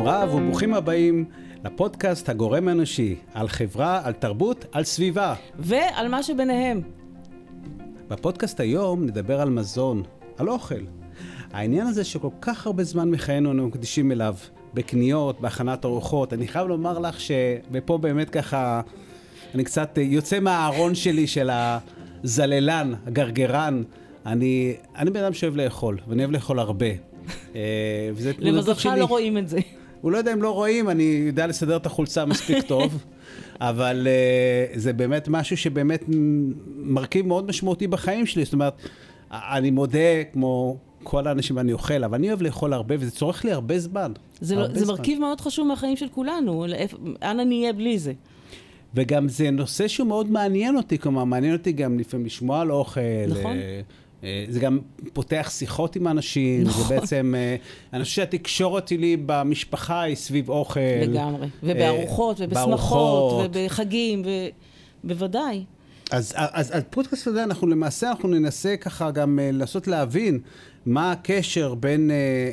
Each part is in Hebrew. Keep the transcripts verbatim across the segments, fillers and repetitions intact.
שלום רב וברוכים הבאים לפודקאסט הגורם האנושי, על חברה, על תרבות, על סביבה. ועל מה שביניהם. בפודקאסט היום נדבר על מזון, על אוכל. העניין הזה שכל כך הרבה זמן מחיינו אנו מקדישים אליו, בקניות, בהכנת ארוחות. אני חייב לומר לך שפה באמת ככה, אני קצת יוצא מהארון שלי של הזללן, הגרגרן. אני, אני בן אדם שאוהב לאכול, ואני אוהב לאכול הרבה. למזלך לא רואים את זה. הוא לא יודע אם לא רואים, אני יודע לסדר את החולצה מספיק טוב, אבל uh, זה באמת משהו שבאמת מרכיב מאוד משמעותי בחיים שלי. זאת אומרת, אני מודה כמו כל האנשים אני אוכל, אבל אני אוהב לאכול הרבה, וזה צורך לי הרבה זמן. זה, הרבה זה זמן. מרכיב מאוד חשוב מהחיים של כולנו, אנה נהיה בלי זה. וגם זה נושא שהוא מאוד מעניין אותי, כלומר, מעניין אותי גם לפעמים לשמוע על אוכל. נכון. זה גם פותח שיחות עם אנשים, נכון. זה בעצם, אני חושב שהתקשורת שלי במשפחה היא סביב אוכל. לגמרי, ובארוחות, ובשמחות, ובחגים, ובוודאי. אז, אז, אז פודקאסט הזה, אנחנו למעשה, אנחנו ננסה ככה גם לעשות להבין מה הקשר בין אה,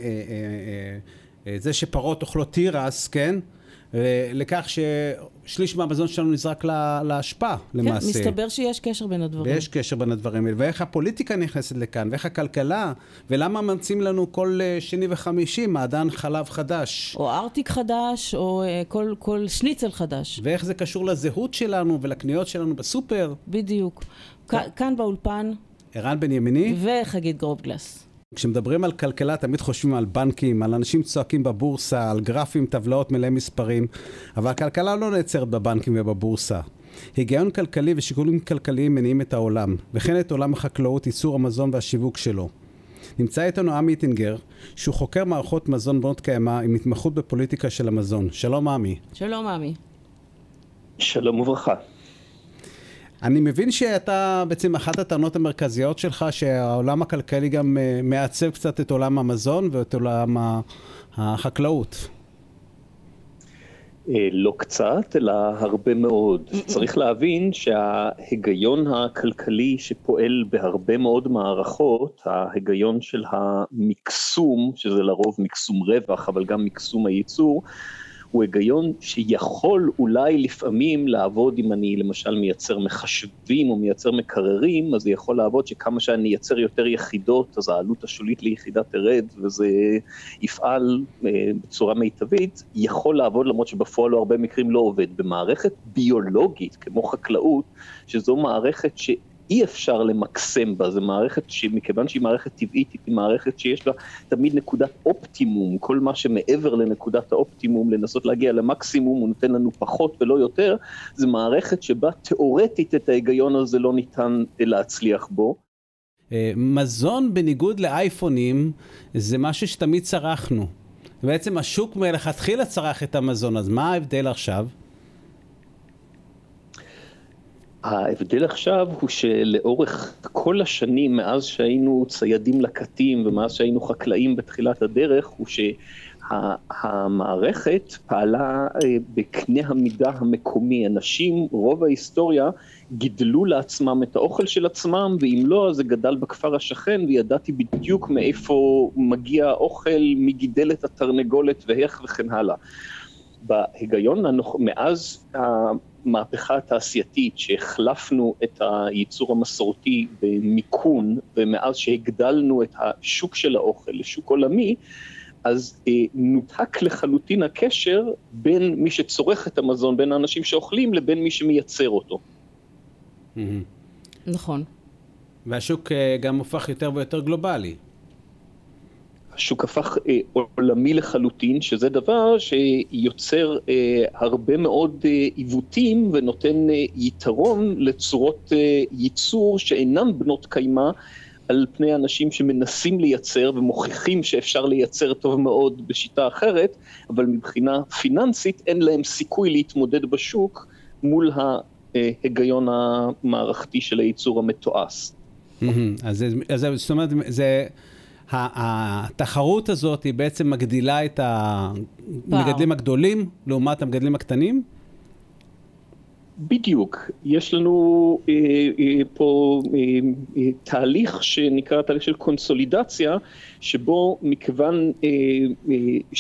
אה, אה, זה שפרות אוכלות תירס, כן? לכך ששליש מהמזון שלנו נזרק להשפעה, למעשה. כן, מסתבר שיש קשר בין הדברים. ויש קשר בין הדברים האלה, ואיך הפוליטיקה נכנסת לכאן, ואיך הכלכלה, ולמה ממציאים לנו כל שני וחמישי מעדן חלב חדש. או ארטיק חדש, או כל, כל שניצל חדש. ואיך זה קשור לזהות שלנו ולקניות שלנו בסופר. בדיוק. כאן באולפן. ערן בן ימיני. וחגית גרובגלס. כשמדברים על כלכלה, תמיד חושבים על בנקים, על אנשים צועקים בבורסה, על גרפים, טבלאות מלא מספרים, אבל הכלכלה לא נעצרת בבנקים ובבורסה. היגיון כלכלי ושיקולים כלכליים מניעים את העולם, וכן את עולם החקלאות, ייצור המזון והשיווק שלו. נמצא איתנו עמי איטינגר, שהוא חוקר מערכות מזון בנות קיימא עם התמחות בפוליטיקה של המזון. שלום עמי. שלום עמי. שלום וברכה. אני מבין שאתה בעצם אחת הטענות המרכזיות שלך שהעולם הכלכלי גם מעצב קצת את עולם המזון ואת עולם החקלאות. לא קצת, אלא הרבה מאוד. צריך להבין שההיגיון הכלכלי שפועל בהרבה מאוד מערכות, ההיגיון של המקסום, שזה לרוב מקסום רווח, אבל גם מקסום הייצור, הוא היגיון שיכול אולי לפעמים לעבוד אם אני למשל מייצר מחשבים או מייצר מקררים, אז זה יכול לעבוד שכמה שאני ייצר יותר יחידות, אז העלות השולית ליחידה תרד וזה יפעל בצורה מיטבית, יכול לעבוד למרות שבפועל לא הרבה מקרים לא עובד. במערכת ביולוגית כמו חקלאות, שזו מערכת ש... אי אפשר למקסם בה, זו מערכת שמכיוון שהיא מערכת טבעית, היא מערכת שיש לה תמיד נקודת אופטימום, כל מה שמעבר לנקודת האופטימום, לנסות להגיע למקסימום, הוא נותן לנו פחות ולא יותר, זו מערכת שבה תיאורטית את ההיגיון הזה לא ניתן להצליח בו. מזון בניגוד לאייפונים, זה משהו שתמיד צרכנו. בעצם השוק מלכתחילה צרך את המזון, אז מה ההבדל עכשיו? ההבדל עכשיו הוא שלאורך כל השנים, מאז שהיינו ציידים לקטים ומאז שהיינו חקלאים בתחילת הדרך, הוא שהמערכת פעלה בקנה המידה המקומי. אנשים, רוב ההיסטוריה, גידלו לעצמם את האוכל של עצמם, ואם לא, אז זה גדל בכפר השכן, וידעתי בדיוק מאיפה מגיע האוכל, מגידל את התרנגולת ואיך וכן הלאה. בהיגיון, מאז המהפכה התעשייתית שהחלפנו את הייצור המסורתי במיקון, ומאז שהגדלנו את השוק של האוכל לשוק עולמי, אז אה, נותק לחלוטין הקשר בין מי שצורך את המזון, בין האנשים שאוכלים, לבין מי שמייצר אותו. נכון. והשוק אה, גם הופך יותר ויותר גלובלי. השוק הפך אה, עולמי לחלוטין, שזה דבר שיוצר אה, הרבה מאוד אה, עיוותים ונותן אה, יתרון לצורות אה, ייצור שאינן בנות קיימא על פני אנשים שמנסים לייצר ומוכיחים שאפשר לייצר טוב מאוד בשיטה אחרת, אבל מבחינה פיננסית אין להם סיכוי להתמודד בשוק מול ההיגיון המערכתי של הייצור המתועש. אז זאת אומרת, זה... התחרות הזאת היא בעצם מגדילה את המגדלים הגדולים לעומת המגדלים הקטנים? בדיוק, יש לנו אה, אה, פה אה, אה, תהליך שנקרא תהליך של קונסולידציה, שבו מכיוון אה, אה,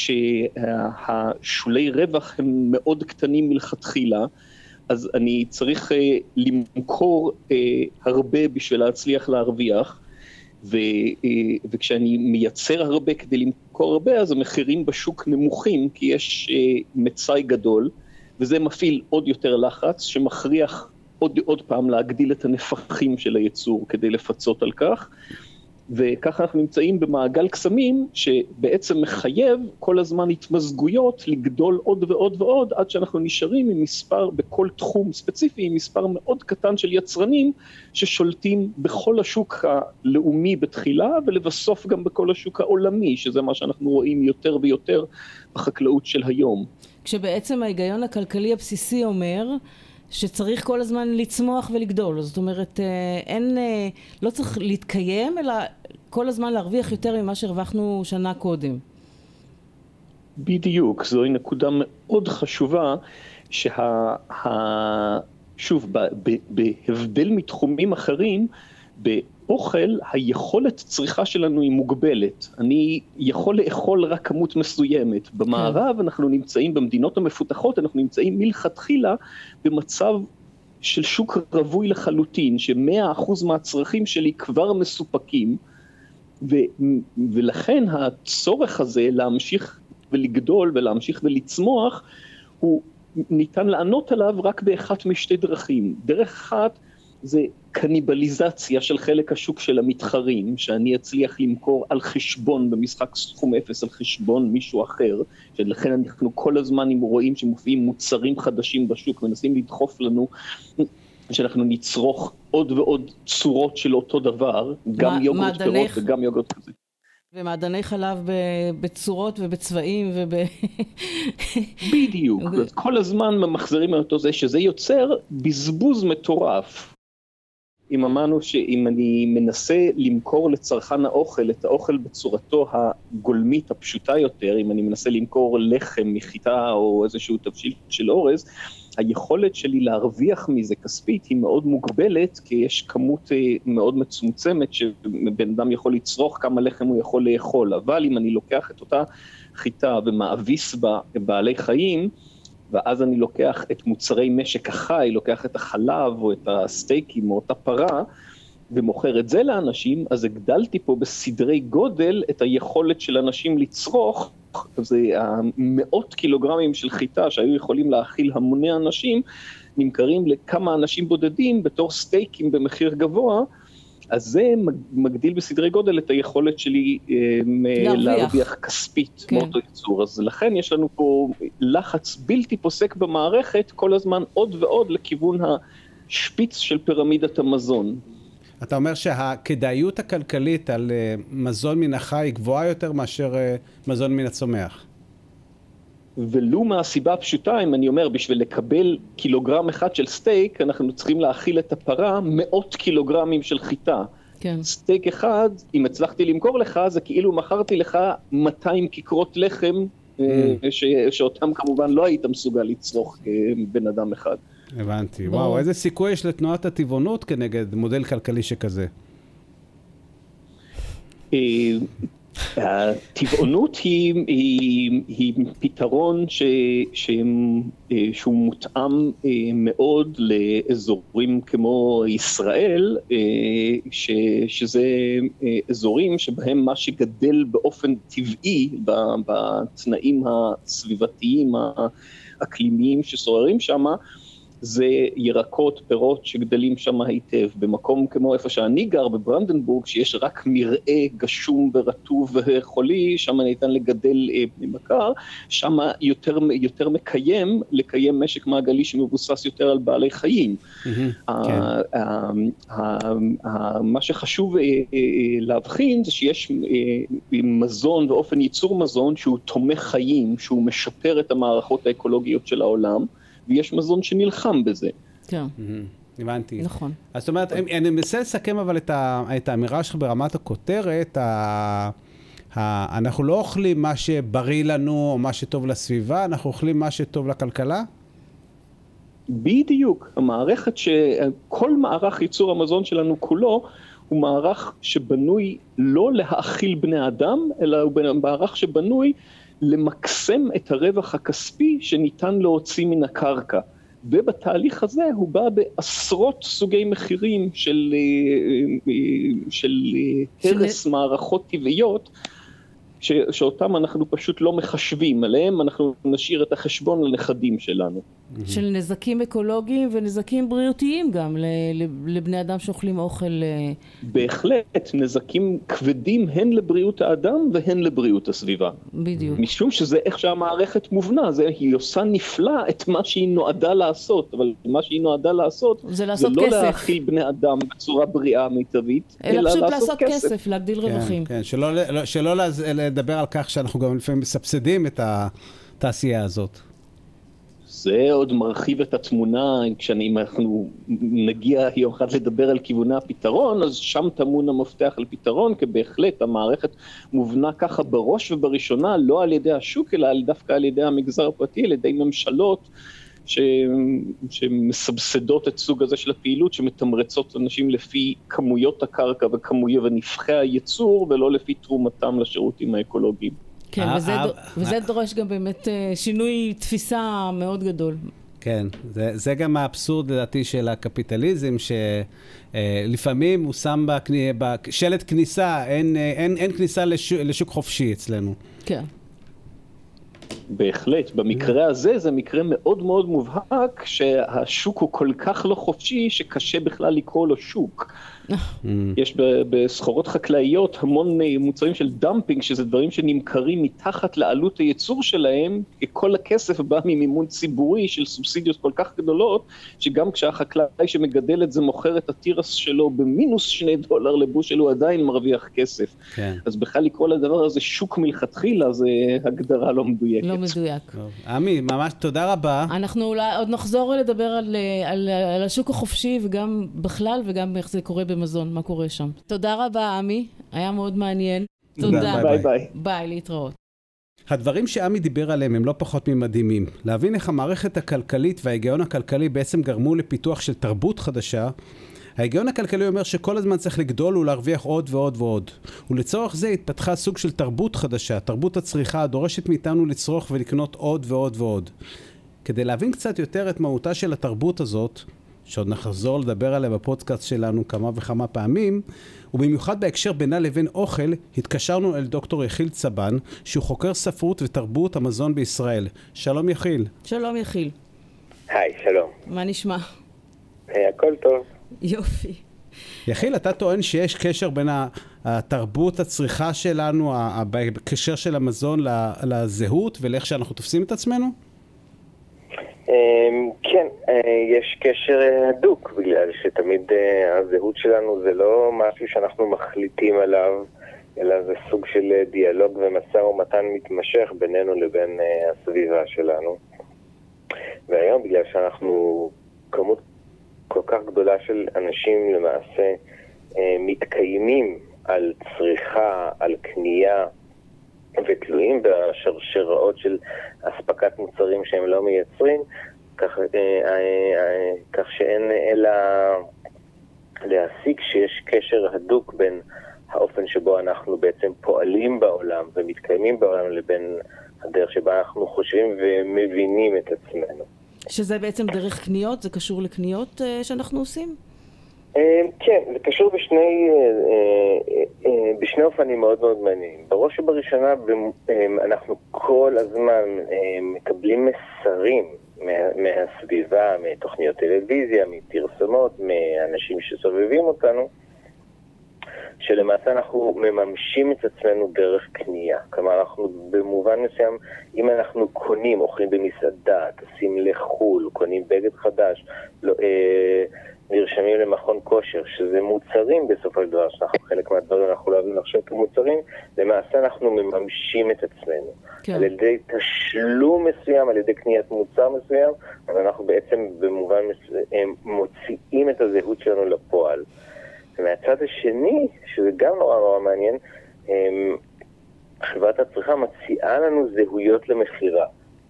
שהשולי רווח הם מאוד קטנים מלכתחילה, אז אני צריך אה, למכור אה, הרבה בשביל להצליח להרוויח, ו, אה, וכשאני מייצר הרבה כדי למכור הרבה, אז המחירים בשוק נמוכים, כי יש אה, מצאי גדול, וזה מפעיל עוד יותר לחץ, שמכריח עוד, עוד פעם להגדיל את הנפחים של הייצור כדי לפצות על כך, וככה אנחנו נמצאים במעגל קסמים, שבעצם מחייב כל הזמן התמזגויות לגדול עוד ועוד ועוד, עד שאנחנו נשארים עם מספר, בכל תחום ספציפי, עם מספר מאוד קטן של יצרנים, ששולטים בכל השוק הלאומי בתחילה, ולבסוף גם בכל השוק העולמי, שזה מה שאנחנו רואים יותר ויותר בחקלאות של היום. כשבעצם ההיגיון הכלכלי הבסיסי אומר שצריך כל הזמן לצמוח ולגדול, זאת אומרת אין, לא צריך להתקיים אלא כל הזמן להרוויח יותר ממה שהרווחנו שנה קודם. בדיוק, זוהי נקודה מאוד חשובה, שה, ה, שוב, ב, ב, בהבדל מתחומים אחרים, באוכל היכולת צריכה שלנו היא מוגבלת. אני יכול לאכול רק כמות מסוימת. במערב אנחנו נמצאים, במדינות המפותחות, אנחנו נמצאים מלכתחילה במצב של שוק רווי לחלוטין, ש-מאה אחוז מהצרכים שלי כבר מסופקים, ו- ולכן הצורך הזה להמשיך ולגדול ולהמשיך ולצמוח, הוא ניתן לענות עליו רק באחת משתי דרכים. דרך אחת זה קניבליזציה של חלק השוק של המתחרים, שאני אצליח למכור על חשבון במשחק סכום אפס, על חשבון מישהו אחר, שלכן אנחנו כל הזמן רואים שמופיעים מוצרים חדשים בשוק, מנסים לדחוף לנו שאנחנו נצרוך עוד ועוד צורות של אותו דבר, גם יוגורט פירות וגם יוגורט כזה. ומעדני חלב בצורות ובצבעים וב... בדיוק, כל הזמן ממחזרים מאותו זה, שזה יוצר בזבוז מטורף. אם אמרנו שאם אני מנסה למכור לצרכן האוכל, את האוכל בצורתו הגולמית הפשוטה יותר, אם אני מנסה למכור לחם מחיטה או איזשהו תבשיל של אורז, היכולת שלי להרוויח מזה כספית היא מאוד מוגבלת, כי יש כמות מאוד מצומצמת שבן אדם יכול לצרוך כמה לחם הוא יכול לאכול, אבל אם אני לוקח את אותה חיטה ומאביס בה בעלי חיים, ואז אני לוקח את מוצרי משק החי, לוקח את החלב או את הסטייקים או את הפרה, ומוכר את זה לאנשים, אז הגדלתי פה בסדרי גודל את היכולת של אנשים לצרוך, זה מאות קילוגרמים של חיטה שהיו יכולים להאכיל המוני אנשים, נמכרים לכמה אנשים בודדים בתור סטייקים במחיר גבוה, אז זה מגדיל בסדרי גודל את היכולת שלי להרוויח כספית מאותו ייצור. אז לכן יש לנו פה לחץ בלתי פוסק במערכת, כל הזמן עוד ועוד לכיוון השפיץ של פירמידת המזון. אתה אומר שהכדאיות הכלכלית על מזון מן החי היא גבוהה יותר מאשר מזון מן הצומח. ולו מהסיבה הפשוטה, אם אני אומר, בשביל לקבל קילוגרם אחד של סטייק, אנחנו צריכים להאכיל את הפרה מאות קילוגרמים של חיטה. כן. סטייק אחד, אם הצלחתי למכור לך, זה כאילו מכרתי לך מאתיים כיכרות לחם, mm. ש, שאותם כמובן לא היית מסוגל לצרוך בן אדם אחד. הבנתי. בוא. וואו, איזה סיכוי יש לתנועת הטבעונות כנגד מודל כלכלי שכזה? הטבעונות היא, היא, היא פתרון ש, ש, שהוא מותאם מאוד לאזורים כמו ישראל, ש, שזה אזורים שבהם מה שגדל באופן טבעי בתנאים הסביבתיים האקלימיים ששוררים שם, זה ירקות, פירות שגדלים שם היטב. במקום כמו איפה שאני גר, בברנדנבורג, שיש רק מראה גשום ורטוב וחולי, שם ניתן לגדל בקר, שם יותר, יותר מקיים, לקיים משק מעגלי שמבוסס יותר על בעלי חיים. מה שחשוב להבחין זה שיש מזון ואופן ייצור מזון שהוא תומך חיים, שהוא משפר את המערכות האקולוגיות של העולם, ויש מזון שנלחם בזה. כן. הבנתי. נכון. אז זאת אומרת, אני מנסה לסכם אבל את האמירה שלך ברמת הכותרת, אנחנו לא אוכלים מה שבריא לנו או מה שטוב לסביבה, אנחנו אוכלים מה שטוב לכלכלה? בדיוק, המערכת שכל מערך ייצור המזון שלנו כולו, הוא מערך שבנוי לא להאכיל בני אדם, אלא הוא מערך שבנוי למקסם את הרווח הכספי שניתן להוציא מן הקרקע. ובתהליך הזה הוא בא בעשרות סוגי מחירים של, של הרס מערכות טבעיות, ש, שאותם אנחנו פשוט לא מחשבים עליהם, אנחנו נשאיר את החשבון לנכדים שלנו. של נזקים אקולוגיים ונזקים בריאותיים גם לבני אדם שאוכלים אוכל. בהחלט, נזקים כבדים הן לבריאות האדם והן לבריאות הסביבה. בדיוק. משום שזה איך שהמערכת מובנה, זה, היא עושה נפלא את מה שהיא נועדה לעשות, אבל מה שהיא נועדה לעשות, זה, לעשות זה לא כסף. להאכיל בני אדם בצורה בריאה מיטבית, אלא, אלא פשוט לעשות, לעשות כסף. כסף, להגדיל כן, רווחים. כן, שלא, שלא לדבר על כך שאנחנו גם לפעמים מסבסדים את התעשייה הזאת. זה עוד מרחיב את התמונה, כשאם אנחנו נגיע יום אחד לדבר על כיווני הפתרון, אז שם טמון המפתח על פתרון, כי בהחלט המערכת מובנה ככה בראש ובראשונה, לא על ידי השוק, אלא דווקא על ידי המגזר הפרטי, על ידי ממשלות, ש... שמסבסדות את סוג הזה של הפעילות, שמתמרצות אנשים לפי כמויות הקרקע וכמויות ונפחי הייצור, ולא לפי תרומתם לשירותים האקולוגיים. כן, וזה, וזה דורש גם באמת שינוי תפיסה מאוד גדול. כן, זה, זה גם האבסורד לדעתי של הקפיטליזם, שלפעמים הוא שם בשלט כניסה, אין, אין, אין כניסה לשוק, לשוק חופשי אצלנו. כן. בהחלט, במקרה הזה זה מקרה מאוד מאוד מובהק שהשוק הוא כל כך לא חופשי שקשה בכלל לקרוא לו שוק. יש בסחורות חקלאיות המון מוצרים של דמפינג, שזה דברים שנמכרים מתחת לעלות הייצור שלהם, כל הכסף בא ממימון ציבורי של סובסידיות כל כך גדולות, שגם כשהחקלאי שמגדל את זה מוכר את הטירס שלו במינוס שני דולר לבושל, הוא עדיין מרוויח כסף. כן. אז בכלל לקרוא לדבר הזה שוק מלכתחילה, זה הגדרה לא מדויקת. לא מדויק. עמי, ממש תודה רבה. אנחנו אולי עוד נחזור לדבר על, על, על השוק החופשי, וגם בכלל, וגם איך זה קורה במזון, מה קורה שם. תודה רבה, עמי, היה מאוד מעניין. תודה. ביי ביי. ביי, להתראות. הדברים שעמי דיבר עליהם הם לא פחות ממדהימים. להבין איך המערכת הכלכלית וההיגיון הכלכלי בעצם גרמו לפיתוח של תרבות חדשה. ההיגיון הכלכלי אומר שכל הזמן צריך לגדול ולהרוויח עוד ועוד ועוד. ולצורך זה התפתחה סוג של תרבות חדשה, תרבות הצריכה הדורשת מאיתנו לצרוך ולקנות עוד ועוד ועוד. כדי להבין קצת יותר את מהותה של התרבות הזאת, שעוד נחזור לדבר עליה בפודקאסט שלנו כמה וכמה פעמים, ובמיוחד בהקשר בינה לבין אוכל, התקשרנו אל דוקטור יחיל צבן, שהוא חוקר ספרות ותרבות המזון בישראל. שלום יחיל. שלום יחיל. היי, שלום. מה נשמע? היי, הכל טוב. יופי. יחיל, אתה טוען שיש קשר בין התרבות הצריכה שלנו, בקשר של המזון לזהות ולאיך שאנחנו תופסים את עצמנו? כן, יש קשר הדוק, בגלל שתמיד הזהות שלנו זה לא משהו שאנחנו מחליטים עליו, אלא זה סוג של דיאלוג ומשא ומתן מתמשך בינינו לבין הסביבה שלנו. והיום, בגלל שאנחנו כמות כל כך גדולה של אנשים למעשה מתקיימים על צריכה, על קנייה, ותלויים בשרשראות של אספקת מוצרים שהם לא מייצרים, כך, כך שאין אלא להסיק שיש קשר הדוק בין האופן שבו אנחנו בעצם פועלים בעולם ומתקיימים בעולם לבין הדרך שבה אנחנו חושבים ומבינים את עצמנו. שזה בעצם דרך קניות? זה קשור לקניות שאנחנו עושים? כן, זה קשור בשני, בשני אופנים מאוד מאוד מעניינים. בראש ובראשונה אנחנו כל הזמן מקבלים מסרים מהסביבה, מתוכניות טלוויזיה, מפרסומות, מאנשים שסובבים אותנו, שלמעשה אנחנו מממשים את עצמנו דרך קנייה. כלומר, אנחנו במובן מסוים, אם אנחנו קונים, אוכלים במסעדה, טסים לחול, קונים בגד חדש, לא, אה, נרשמים למכון כושר, שזה מוצרים בסופו של דבר, שאנחנו חלק מהדברים, אנחנו לא אוהבים לחשוב כמוצרים, למעשה אנחנו מממשים את עצמנו. כן. על ידי תשלום מסוים, על ידי קניית מוצר מסוים, אז אנחנו בעצם במובן מסוים מוציאים את הזהות שלנו לפועל. ומהצד השני, שזה גם נורא נורא מעניין, חברת הצריכה מציעה לנו זהויות למחירה.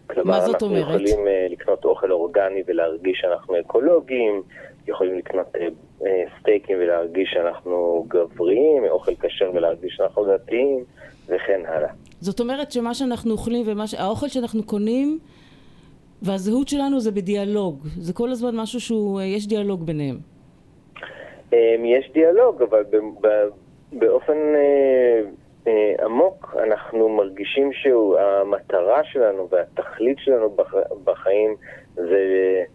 מה זאת אומרת? אנחנו יכולים לקנות אוכל אורגני ולהרגיש שאנחנו אקולוגיים, יכולים לקנות סטייקים ולהרגיש שאנחנו גבריים, אוכל כשר ולהרגיש שאנחנו דתיים, וכן הלאה. זאת אומרת שמה שאנחנו אוכלים והאוכל שאנחנו קונים והזהות שלנו זה בדיאלוג. זה כל הזמן משהו שיש דיאלוג ביניהם. יש דיאלוג, אבל באופן עמוק אנחנו מרגישים שהמטרה שלנו והתכלית שלנו בחיים זה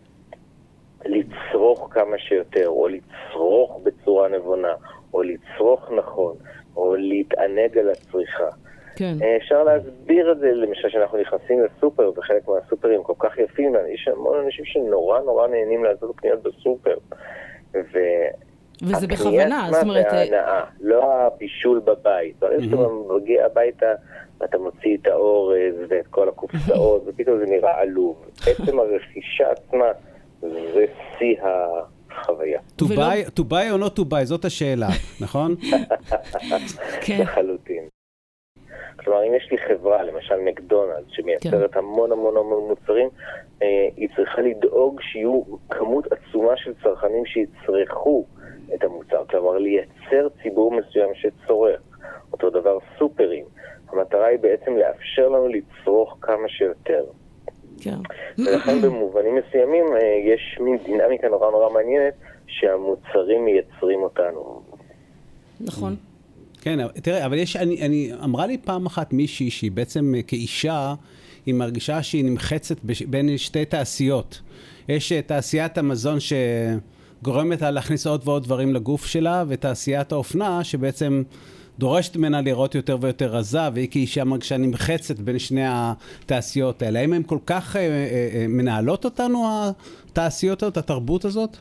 לצרוך כמה שיותר, או לצרוך בצורה נבונה, או לצרוך נכון, או להתענג על הצריכה. כן. אפשר להסביר את זה, למשל שאנחנו נכנסים לסופר, וחלק מהסופרים כל כך יפים, יש המון אנשים שנורא נורא נהנים לעשות קניות בסופר. ו... וזה בכוונה, זאת אומרת... הקנייה עצמה זה ההנאה, לא הבישול בבית. ברגע שאתה מגיע הביתה, ואתה מוציא את האורז ואת כל הקופסאות, ופתאום זה נראה עלוב. עצם הרכישה עצמה, זה שיא החוויה. To buy, to buy or not to buy, זאת השאלה, נכון? כן. לחלוטין. כלומר, אם יש לי חברה, למשל מקדונלד, שמייצרת המון המון המון מוצרים, היא צריכה לדאוג שיהיו כמות עצומה של צרכנים שיצרכו את המוצר. כלומר, לייצר ציבור מסוים שצורך. אותו דבר סופרים. המטרה היא בעצם לאפשר לנו לצרוך כמה שיותר. כן. ולכן במובנים מסוימים יש מין דינמיקה נורא נורא מעניינת שהמוצרים מייצרים אותנו. נכון. כן, תראה, אבל יש, אני, אני, אמרה לי פעם אחת מישהי שהיא בעצם כאישה, היא מרגישה שהיא נמחצת בין שתי תעשיות. יש תעשיית המזון שגורמת לה להכניס עוד ועוד דברים לגוף שלה, ותעשיית האופנה שבעצם דורשת ממנה לראות יותר ויותר רזה, והיא כאישה מרגישה נמחצת בין שני התעשיות האלה. האם הן כל כך אה, אה, מנהלות אותנו, התעשיות הזאת, התרבות הזאת?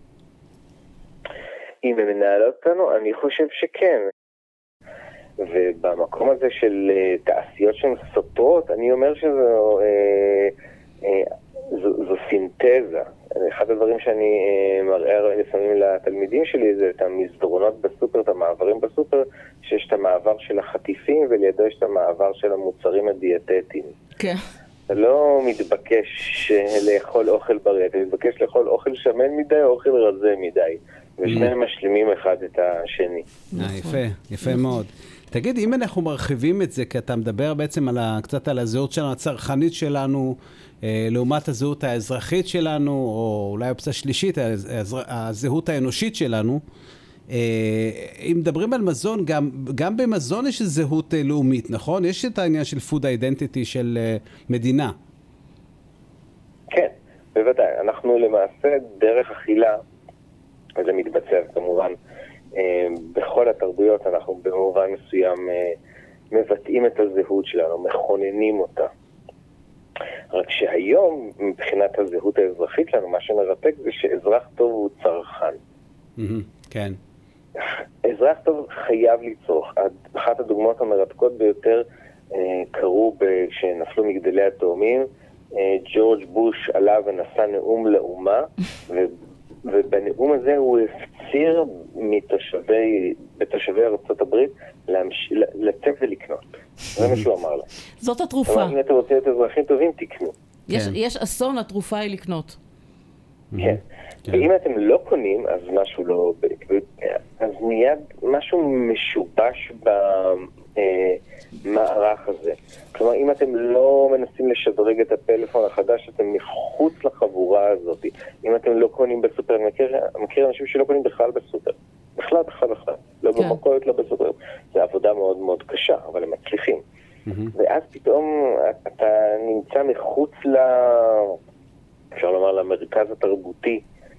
אם הן מנהלות אותנו, אני חושב שכן. ובמקום הזה של uh, תעשיות שהן סותרות, אני אומר שזו uh, uh, זו, זו סינתזה. אחד הדברים שאני uh, מראה לפעמים לתלמידים שלי זה את המסדרונות בסופר, את המעברים בסופר, שיש את המעבר של החטיפים ולידו יש את המעבר של המוצרים הדיאטטיים. כן. אתה לא מתבקש לאכול אוכל בריא, אתה מתבקש לאכול אוכל שמן מדי או אוכל רזה מדי. ושניהם משלימים אחד את השני. יפה, יפה מאוד. תגיד, אם אנחנו מרחיבים את זה, כי אתה מדבר בעצם על ה, קצת על הזהות שלנו, הצרכנית שלנו, אה, לעומת הזהות האזרחית שלנו, או אולי אופציה שלישית, הזר, הזהות האנושית שלנו, אה, אם מדברים על מזון, גם, גם במזון יש זהות אה, לאומית, נכון? יש את העניין של food identity של אה, מדינה. כן, בוודאי. אנחנו למעשה דרך אכילה, וזה מתבצע כמובן, בכל התרבויות אנחנו במובן מסוים מבטאים את הזהות שלנו, מכוננים אותה. רק שהיום, מבחינת הזהות האזרחית שלנו, מה שמרתק זה שאזרח טוב הוא צרכן. כן. אזרח טוב חייב לצרוך. אחת הדוגמאות המרתקות ביותר קרו כשנפלו מגדלי התאומים. ג'ורג' בוש עלה ונשא נאום לאומה, ו... ובנאום הזה הוא הפציר מתושבי, בתושבי ארצות הברית להמש... לצאת ולקנות. זה מה שהוא אמר לה. זאת התרופה. אם אתם רוצים את אזרחים טובים, תקנו. יש, יש אסון, התרופה היא לקנות. כן. ואם אתם לא קונים, אז משהו לא... אז מיד משהו משובש במערך הזה. כלומר, אם אתם לא מנסים לשדרג את הפלאפון החדש, אתם מחוץ לחבורה הזאת. אם אתם לא קונים בסופר, אני מכיר, מכיר אנשים שלא קונים בכלל בסופר. בכלל, בכלל, בכלל. לא כן. במכולת, לא בסופר. זו עבודה מאוד מאוד קשה, אבל הם מצליחים. ואז פתאום אתה נמצא מחוץ ל... אפשר לומר, למרכז התרבותי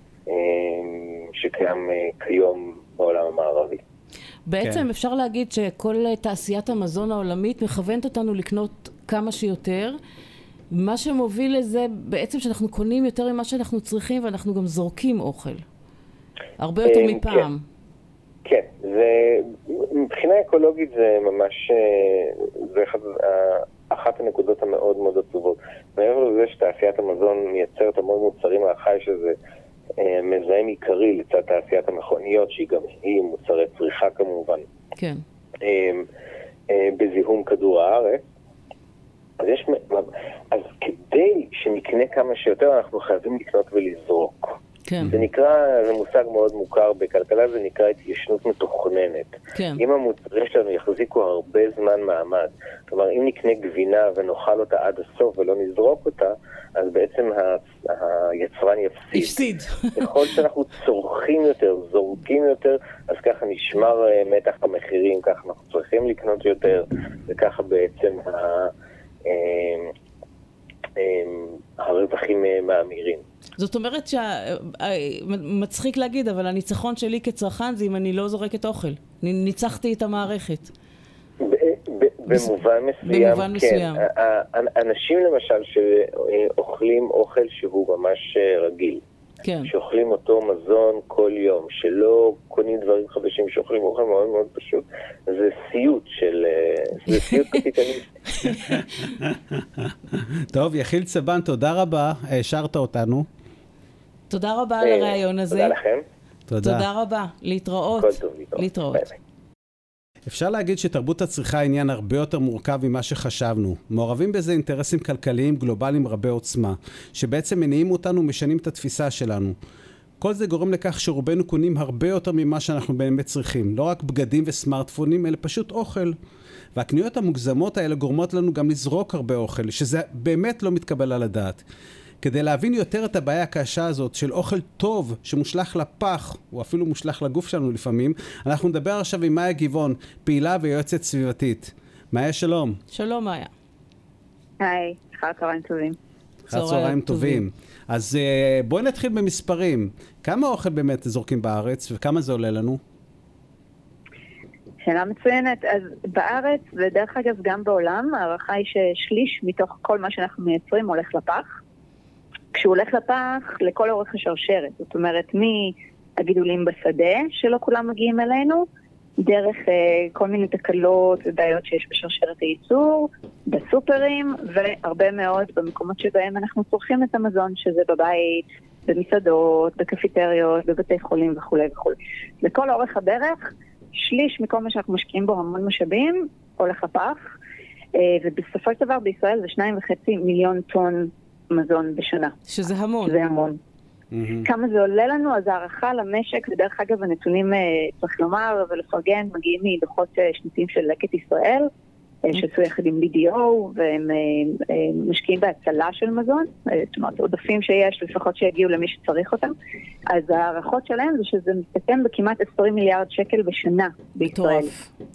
שקיים כיום בעולם המערבי. בעצם כן. אפשר להגיד שכל תעשיית המזון העולמית מכוונת אותנו לקנות כמה שיותר. מה שמוביל לזה בעצם שאנחנו קונים יותר ממה שאנחנו צריכים, ואנחנו גם זורקים אוכל. הרבה יותר מפעם. כן, כן. זה, מבחינה אקולוגית זה ממש, זה אחד, אחת הנקודות המאוד מאוד עצובות. מעבר לזה שתעשיית המזון מייצרת המון מוצרים מהחי, שזה מזהם עיקרי לצד תעשיית המכוניות, שהיא גם היא מוצרי צריכה כמובן. כן. בזיהום כדור הארץ. אז, יש, אז כדי שנקנה כמה שיותר, אנחנו חייבים לקנות ולזרוק. כן. זה נקרא, זה מושג מאוד מוכר בכלכלה, זה נקרא התיישנות מתוכננת. כן. אם המוצרים שלנו יחזיקו הרבה זמן מעמד, כלומר אם נקנה גבינה ונאכל אותה עד הסוף ולא נזרוק אותה, אז בעצם ה, היצרן יפסיד. יפסיד. ככל שאנחנו צורכים יותר, זורקים יותר, אז ככה נשמר מתח המחירים, ככה אנחנו צריכים לקנות יותר, וככה בעצם ה, הרווחים מאמירים. זאת אומרת שמצחיק להגיד, אבל הניצחון שלי כצרכן זה אם אני לא זורקת אוכל. ניצחתי את המערכת. במובן מסוים, כן. אנשים למשל שאוכלים אוכל שהוא ממש רגיל. כן. שאוכלים אותו מזון כל יום, שלא קונים דברים חדשים, שאוכלים אוכל מאוד מאוד פשוט, זה סיוט של... זה סיוט קפיטליסטי. טוב, יחיל צבן, תודה רבה, השארת אותנו. תודה רבה על הרעיון הזה. תודה לכם. תודה. תודה רבה, להתראות. כל טוב, להתראות. להתראות. ביי ביי. אפשר להגיד שתרבות הצריכה היא עניין הרבה יותר מורכב ממה שחשבנו. מעורבים בזה אינטרסים כלכליים גלובליים רבי עוצמה, שבעצם מניעים אותנו ומשנים את התפיסה שלנו. כל זה גורם לכך שרובנו קונים הרבה יותר ממה שאנחנו באמת צריכים. לא רק בגדים וסמארטפונים, אלא פשוט אוכל. והקניות המוגזמות האלה גורמות לנו גם לזרוק הרבה אוכל, שזה באמת לא מתקבל על הדעת. כדי להבין יותר את הבעיה הקשה הזאת של אוכל טוב שמושלח לפח, או אפילו מושלח לגוף שלנו לפעמים, אנחנו נדבר עכשיו עם מאיה גבעון, פעילה ויועצת סביבתית. מאיה, שלום. שלום, מאיה. היי, אחר צהריים טובים. אחר צהריים טובים. אז בואי נתחיל במספרים. כמה אוכל באמת זורקים בארץ, וכמה זה עולה לנו? שאלה מצוינת. אז בארץ, ודרך אגב גם בעולם, הערכה היא ששליש מתוך כל מה שאנחנו מייצרים הולך לפח. כשהוא הולך לפח, לכל אורך השרשרת. זאת אומרת, מהגידולים בשדה, שלא כולם מגיעים אלינו, דרך uh, כל מיני תקלות ובעיות שיש בשרשרת הייצור, בסופרים, והרבה מאוד במקומות שבהם אנחנו צורכים את המזון, שזה בבית, במסעדות, בקפיטריות, בבתי חולים וכו' וכו'. לכל אורך הדרך, שליש מכל מה שאנחנו משקיעים בו המון משאבים, הולך לפח, uh, ובסופו של דבר בישראל זה שניים וחצי מיליון טון מזון בשנה. שזה המון. זה המון. Mm-hmm. כמה זה עולה לנו? אז הערכה למשק, ודרך אגב הנתונים, צריך לומר ולפרגן, מגיעים מדוחות שנתיים של לקט ישראל, שעשו יחד עם בי די או, והם משקיעים בהצלה של מזון, זאת אומרת, עודפים שיש, לפחות שיגיעו למי שצריך אותם. אז הערכות שלהם זה שזה מסתכם בכמעט עשרים מיליארד שקל בשנה בישראל.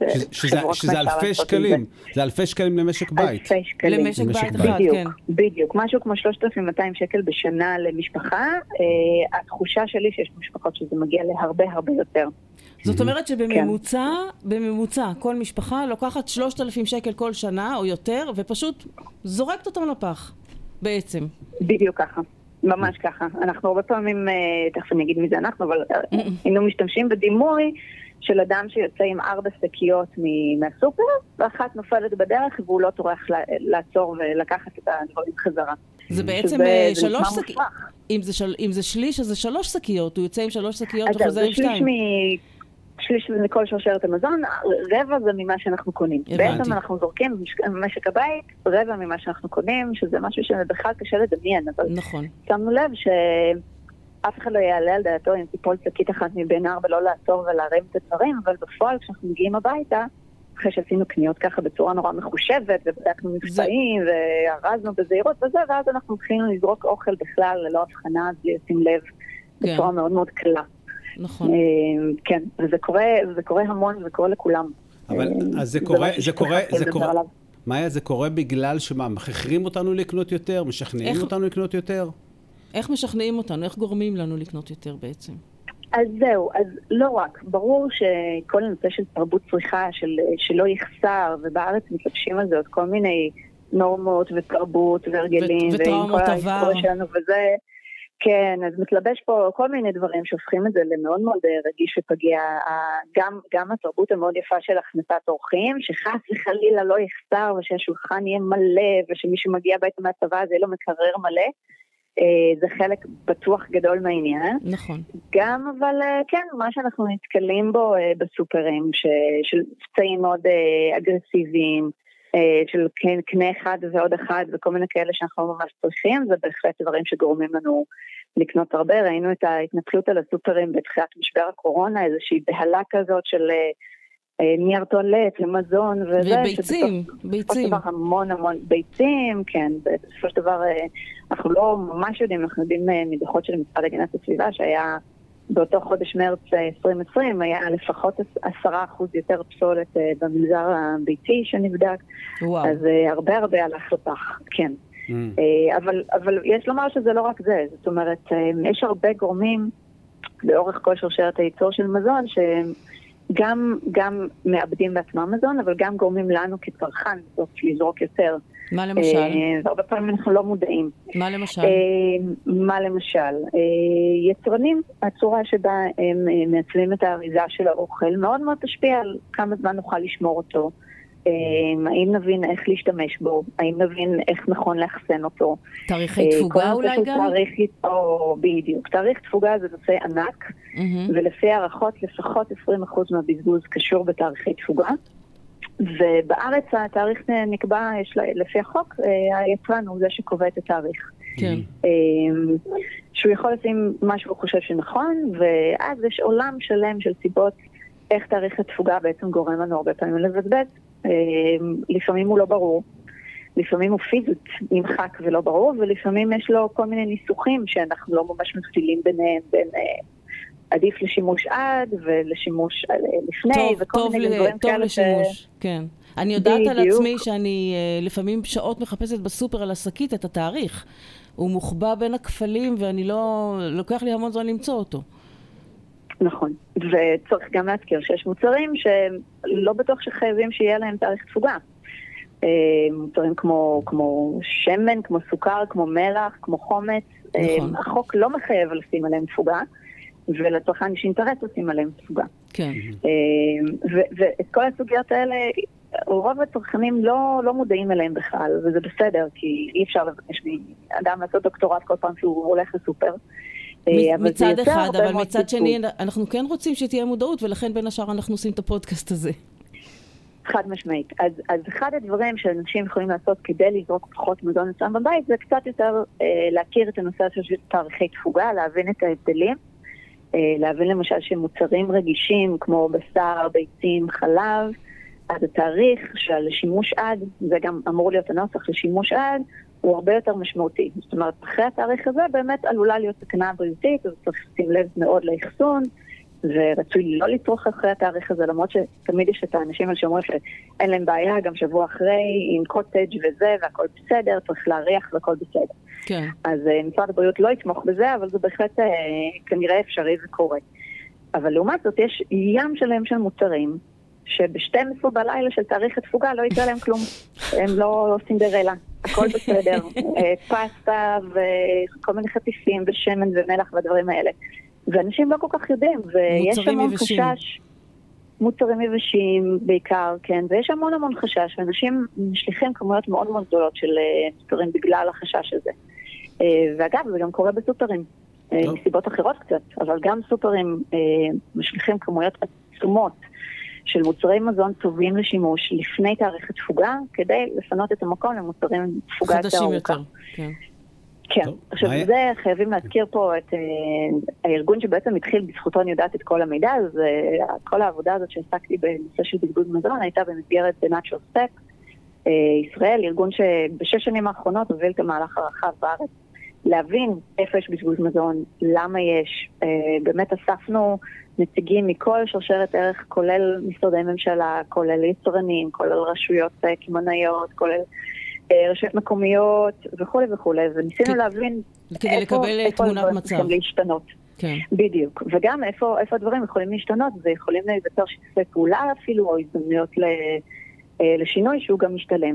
שזה אלפי שקלים, זה אלפי שקלים למשק בית. אלפי שקלים. למשק בית אחד, כן. בדיוק, משהו כמו שלושת אלפים ומאתיים שקל בשנה למשפחה. התחושה שלי שיש משפחות שזה מגיע להרבה הרבה יותר. זאת אומרת שבממוצע, בממוצע, כל משפחה לוקחת שלושת אלפים שקל כל שנה או יותר, ופשוט זורקת אותם לפח, בעצם. בדיוק ככה, ממש ככה. אנחנו הרבה פעמים, תכף אני אגיד מי זה אנחנו, אבל היינו משתמשים בדימוי של אדם שיוצא עם ארבע שקיות מהסופר, ואחת נופלת בדרך והוא לא טורח לעצור ולקחת את הדברים חזרה. זה בעצם שלוש שקיות. אם זה שליש, אז זה שלוש שקיות. הוא יוצא עם שלוש שקיות וחוזר עם שתיים. שליש מכל שרשרת המזון, רבע זה ממה שאנחנו קונים. בעצם אנחנו זורקים במשק הבית, רבע ממה שאנחנו קונים, שזה משהו שבכלל קשה לדמיין. נכון. שמנו לב שאף אחד לא יעלה על דעתו אם תיפול שקית אחת מבין ארבע, לא לעצור ולהרים את הדברים, אבל בפועל כשאנחנו מגיעים הביתה, אחרי שעשינו קניות ככה בצורה נורא מחושבת, ובדקנו מבצעים, והרזנו בזהירות וזה, ואז אנחנו מתחילים לזרוק אוכל בכלל, ללא הבחנה, בלי לשים לב, בצורה מאוד מאוד קלה. נכון. כן, וזה קורה, זה קורה המון, זה קורה לכולם. אבל אז זה קורה, זה קורה, זה קורה, מאיה, זה קורה בגלל שמה, מכריחים אותנו לקנות יותר, משכנעים אותנו לקנות יותר? איך משכנעים אותנו? איך גורמים לנו לקנות יותר בעצם? אז זהו, אז לא רק, ברור שכל הנושא של תרבות צריכה, של, שלא יחסר, ובארץ מתלבשים על זה עוד כל מיני נורמות ותרבות והרגלים, וטראומות עבר. שלנו וזה, כן, אז מתלבש פה כל מיני דברים שהופכים את זה למאוד מאוד רגיש ופגיע, גם, גם התרבות המאוד יפה של הכנסת אורחים, שחס וחלילה לא יחסר, ושהשולחן יהיה מלא, ושמישהו מגיע ביתה מהצבא, זה לא מקרר מלא, זה חלק בטוח גדול מהעניין. נכון. גם, אבל כן, מה שאנחנו נתקלים בו בסופרים, של צבעים מאוד אגרסיביים, של קנה אחד ועוד אחד וכל מיני כאלה שאנחנו ממש צריכים, זה בהחלט דברים שגורמים לנו לקנות הרבה. ראינו את ההתנפלות על הסופרים בתחילת משבר הקורונה, איזושהי בהלה כזאת של נייר טואלט למזון וזה. וביצים, ביצים. המון המון ביצים, כן, בסופו של דבר אנחנו לא ממש יודעים, אנחנו יודעים מדוחות של משרד הגנת הסביבה שהיה באותו חודש מרץ עשרים עשרים היה לפחות עשרה אחוז יותר פסולת במגזר הביתי שנבדק. וואו. אז הרבה הרבה הלך לפח, כן. Mm. אבל, אבל יש לומר שזה לא רק זה, זאת אומרת, יש הרבה גורמים לאורך כל שרשרת הייצור של מזון שגם גם מאבדים בעצמם מזון, אבל גם גורמים לנו כצרכן לזרוק יותר. מה למשל? והרבה פעמים אנחנו לא מודעים. מה למשל? מה למשל? יצרנים, הצורה שבה הם מייצרים את האריזה של האוכל, מאוד מאוד תשפיע על כמה זמן נוכל לשמור אותו. האם נבין איך להשתמש בו, האם נבין איך נכון לאחסן אותו. תאריכי תפוגה אולי גם? או בדיוק. תאריך תפוגה זה נושא ענק, ולפי הערכות לפחות עשרים אחוז מהבזבוז קשור בתאריכי תפוגה. ובארץ התאריך נקבע, יש לפי החוק, היצרן הוא זה שקובע את התאריך. כן. שהוא יכול לשים מה שהוא חושב שנכון, ואז יש עולם שלם של סיבות איך תאריך התפוגה בעצם גורם לנו הרבה פעמים לבזבז. לפעמים הוא לא ברור, לפעמים הוא פיזית נמחק ולא ברור, ולפעמים יש לו כל מיני ניסוחים שאנחנו לא ממש מפתילים ביניהם, בין עדיף לשימוש עד ולשימוש לפני, טוב, וכל טוב מיני ל- דברים טוב כאלה לשימוש, ש... כן. אני יודעת בדיוק. על עצמי שאני uh, לפעמים שעות מחפשת בסופר על השקית את התאריך. הוא מוחבא בין הכפלים ואני לא... לוקח לי המון זמן למצוא אותו. נכון, וצריך גם להזכיר שיש מוצרים שלא בטוח שחייבים שיהיה להם תאריך תפוגה. מוצרים כמו, כמו שמן, כמו סוכר, כמו מלח, כמו חומץ. נכון. החוק לא מחייב לשים עליהם תפוגה, ולצרכן יש אינטרס לשים עליהם תפוגה. כן. ו- ואת כל הסוגיות האלה, רוב הצרכנים לא, לא מודעים אליהם בכלל, וזה בסדר, כי אי אפשר לבקש מאדם לעשות דוקטורט כל פעם שהוא הולך לסופר. מצד אחד, אבל מצד שני אנחנו כן רוצים שתהיה מודעות, ולכן בין השאר אנחנו עושים את הפודקאסט הזה. חד משמעית. אז, אז אחד הדברים שאנשים יכולים לעשות כדי לזרוק פחות מזון אצלם בבית, זה קצת יותר אה, להכיר את הנושא של תאריכי תפוגה, להבין את ההבדלים, אה, להבין למשל שמוצרים רגישים כמו בשר, ביצים, חלב, אז התאריך של שימוש עד, זה גם אמור להיות הנוסח לשימוש עד, הוא הרבה יותר משמעותי. זאת אומרת, אחרי התאריך הזה באמת עלולה להיות סכנה בריאותית, אז צריך לשים לב מאוד לאחסון, ורצוי לא לצרוך אחרי התאריך הזה, למרות שתמיד יש את האנשים שאומרים שאין להם בעיה, גם שבוע אחרי, עם קוטג' וזה, והכל בסדר, צריך להריח והכל בסדר. כן. אז משרד הבריאות לא יתמוך בזה, אבל זה בהחלט כנראה אפשרי וקורה. אבל לעומת זאת, יש ים שלהם של מוצרים, שב-שתים עשרה בלילה של תאריך התפוגה לא ייצא להם כלום. הם לא סינדרלה, הכל בסדר. פסטה וכל מיני חטיפים ושמן ומלח והדברים האלה. ואנשים לא כל כך יודעים, ויש המון חשש, מוצרים יבשים בעיקר, כן, ויש המון המון חשש, ואנשים משליחים כמויות מאוד מאוד גדולות של סופרים בגלל החשש הזה. ואגב, זה גם קורה בסופרים, מסיבות אחרות קצת, אבל גם סופרים משליחים כמויות עצומות של מוצרי מזון טובים לשימוש לפני תאריך התפוגה, כדי לפנות את המקום למוצרים תפוגה יותר ארוכה. חדשים יותר, כן. כן, עכשיו זה חייבים להזכיר פה את הארגון שבעצם התחיל בזכותו אני יודעת את כל המידע, אז כל העבודה הזאת שעסקתי בנושא של בזבוז מזון הייתה במסגרת Natural Step ישראל, ארגון שבשש שנים האחרונות הוביל את המהלך הרחב בארץ, להבין איפה יש בזבוז מזון, למה יש, באמת אספנו נציגים מכל שרשרת ערך, כולל משרדי ממשלה, כולל יצרנים, כולל רשויות קמעונאיות, כולל רשויות מקומיות וכו' וכו', וניסינו להבין איפה הדברים צריכים להשתנות. בדיוק, וגם איפה הדברים יכולים להשתנות, ויכולים להיווצר שיתופי פעולה אפילו, או הזדמנויות לשינוי שהוא גם משתלם.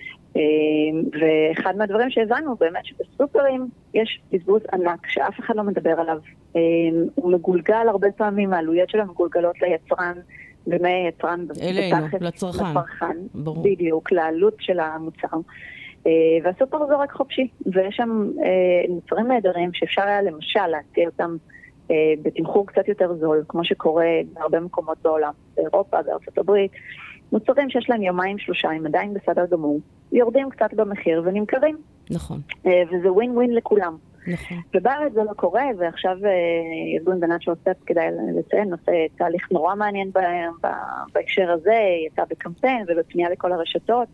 ואחד מהדברים שהבנו באמת שבסופרים יש בזבוז ענק שאף אחד לא מדבר עליו. הוא מגולגל הרבה פעמים, העלויות שלו מגולגלות ליצרן, ומי יצרן אלינו, לצרכן. בדיוק, לעלות של המוצר. והסופר זורק חופשי, ויש שם מוצרים נהדרים שאפשר היה למשל להציע אותם בתמחור קצת יותר זול, כמו שקורה בהרבה מקומות בעולם, באירופה, בארצות הברית, מוצרים שיש להם יומיים שלושה, הם עדיין בסדר גמור, יורדים קצת במחיר ונמכרים. נכון. וזה ווין ווין לכולם. נכון. ובארץ זה לא קורה, ועכשיו ארגון The Natural Step, כדאי לציין, נושא תהליך נורא מעניין בהקשר הזה, יצא בקמפיין ובפנייה לכל הרשתות,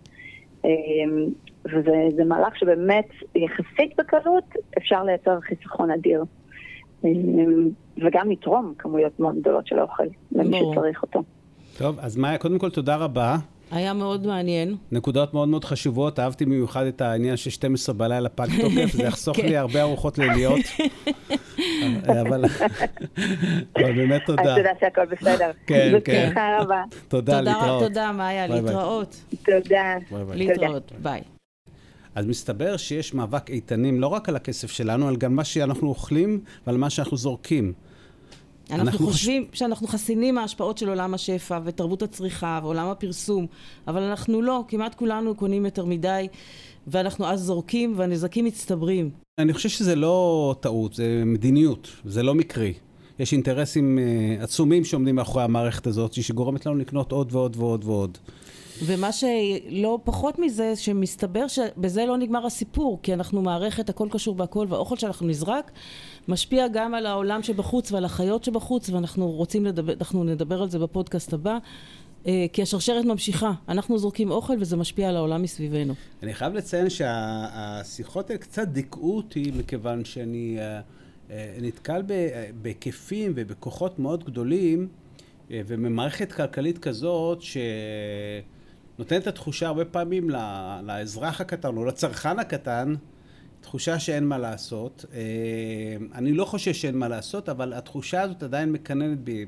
וזה מהלך שבאמת יחסית בקלות אפשר לייצר חיסכון אדיר. וגם לתרום כמויות מאוד גדולות של האוכל, למי שצריך אותו. טוב, אז מאיה, קודם כל תודה רבה. היה מאוד מעניין. נקודות מאוד מאוד חשובות, אהבתי במיוחד את העניין של שתים עשרה בלילה פג תוקף, זה יחסוך לי הרבה ארוחות ליליות. אבל באמת תודה. אז תודה שהכל בסדר. כן, כן. בשמחה רבה. תודה, להתראות. תודה, מאיה, להתראות. תודה. להתראות, ביי. אז מסתבר שיש מאבק איתנים לא רק על הכסף שלנו, על גם מה שאנחנו אוכלים ועל מה שאנחנו זורקים. אנחנו, אנחנו חושבים חוש... שאנחנו חסינים מההשפעות של עולם השפע ותרבות הצריכה ועולם הפרסום, אבל אנחנו לא, כמעט כולנו קונים יותר מדי, ואנחנו אז זורקים והנזקים מצטברים. אני חושב שזה לא טעות, זה מדיניות, זה לא מקרי. יש אינטרסים uh, עצומים שעומדים מאחורי המערכת הזאת, שגורמת לנו לקנות עוד ועוד ועוד ועוד. ומה שלא פחות מזה, שמסתבר שבזה לא נגמר הסיפור, כי אנחנו מערכת, הכל קשור בהכל, והאוכל שאנחנו נזרק, משפיע גם על העולם שבחוץ ועל החיות שבחוץ, ואנחנו רוצים לדבר, אנחנו נדבר על זה בפודקאסט הבא, כי השרשרת ממשיכה. אנחנו זורקים אוכל וזה משפיע על העולם מסביבנו. אני חייב לציין שהשיחות האלה קצת דיכאו אותי, מכיוון שאני נתקל בהיקפים ובכוחות מאוד גדולים, וממערכת כלכלית כזאת ש... נותנת את התחושה הרבה פעמים לאזרח הקטן או לצרכן הקטן, תחושה שאין מה לעשות. אני לא חושב שאין מה לעשות, אבל התחושה הזאת עדיין מקננת בי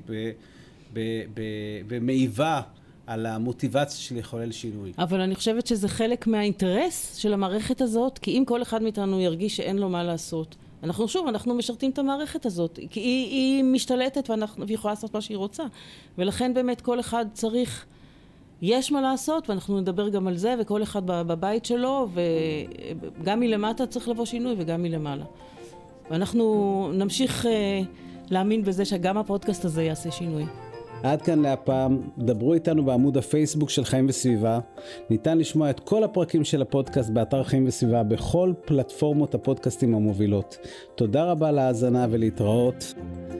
ומעיבה על המוטיבציה של לחולל שינוי. אבל אני חושבת שזה חלק מהאינטרס של המערכת הזאת, כי אם כל אחד מאיתנו ירגיש שאין לו מה לעשות, אנחנו שוב, אנחנו משרתים את המערכת הזאת, כי היא, היא משתלטת ואנחנו, והיא יכולה לעשות מה שהיא רוצה. ולכן באמת כל אחד צריך... יש מה לעשות, ואנחנו נדבר גם על זה, וכל אחד בבית שלו, וגם מלמטה צריך לבוא שינוי, וגם מלמעלה. ואנחנו נמשיך להאמין בזה שגם הפודקאסט הזה יעשה שינוי. עד כאן להפעם, דברו איתנו בעמוד הפייסבוק של חיים וסביבה. ניתן לשמוע את כל הפרקים של הפודקאסט באתר חיים וסביבה, בכל פלטפורמות הפודקאסטים המובילות. תודה רבה להאזנה ולהתראות.